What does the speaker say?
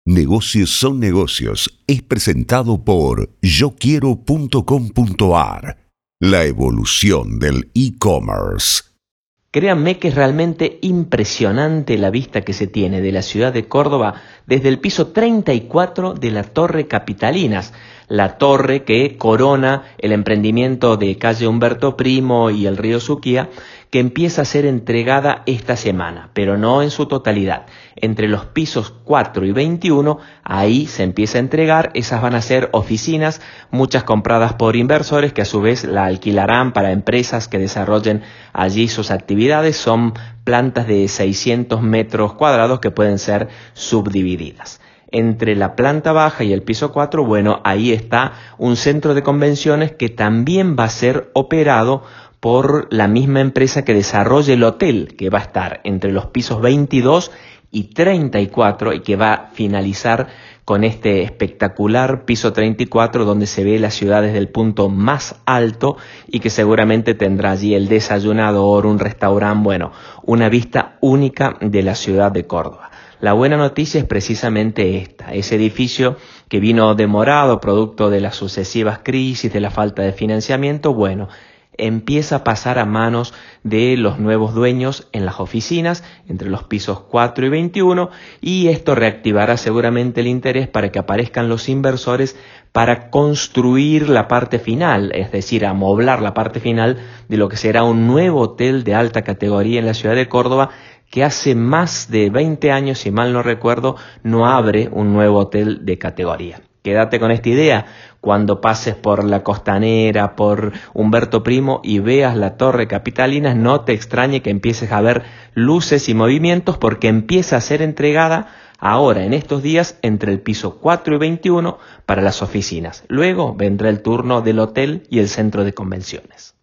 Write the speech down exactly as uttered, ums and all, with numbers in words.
Negocios son negocios es presentado por yo quiero punto com punto a r, la evolución del e-commerce. Créanme que es realmente impresionante la vista que se tiene de la ciudad de Córdoba desde el piso treinta y cuatro de la Torre Capitalinas, la torre que corona el emprendimiento de calle Humberto Primo y el río Suquía, que empieza a ser entregada esta semana, pero no en su totalidad. Entre los pisos cuatro y veintiuno, ahí se empieza a entregar. Esas van a ser oficinas, muchas compradas por inversores que a su vez la alquilarán para empresas que desarrollen allí sus actividades. Son plantas de seiscientos metros cuadrados que pueden ser subdivididas. Entre la planta baja y el piso cuatro, bueno, ahí está un centro de convenciones que también va a ser operado por la misma empresa que desarrolla el hotel, que va a estar entre los pisos veintidós y treinta y cuatro y que va a finalizar con este espectacular piso treinta y cuatro, donde se ve la ciudad desde el punto más alto y que seguramente tendrá allí el desayunador, un restaurante, bueno, una vista única de la ciudad de Córdoba. La buena noticia es precisamente esta: ese edificio que vino demorado producto de las sucesivas crisis, de la falta de financiamiento, bueno, empieza a pasar a manos de los nuevos dueños en las oficinas, entre los pisos cuatro y veintiuno, y esto reactivará seguramente el interés para que aparezcan los inversores para construir la parte final, es decir, amoblar la parte final de lo que será un nuevo hotel de alta categoría en la ciudad de Córdoba, que hace más de veinte años, si mal no recuerdo, no abre un nuevo hotel de categoría. Quédate con esta idea cuando pases por la Costanera, por Humberto Primo y veas la Torre Capitalinas. No te extrañe que empieces a ver luces y movimientos, porque empieza a ser entregada ahora, en estos días, entre el piso cuatro y veintiuno para las oficinas. Luego vendrá el turno del hotel y el centro de convenciones.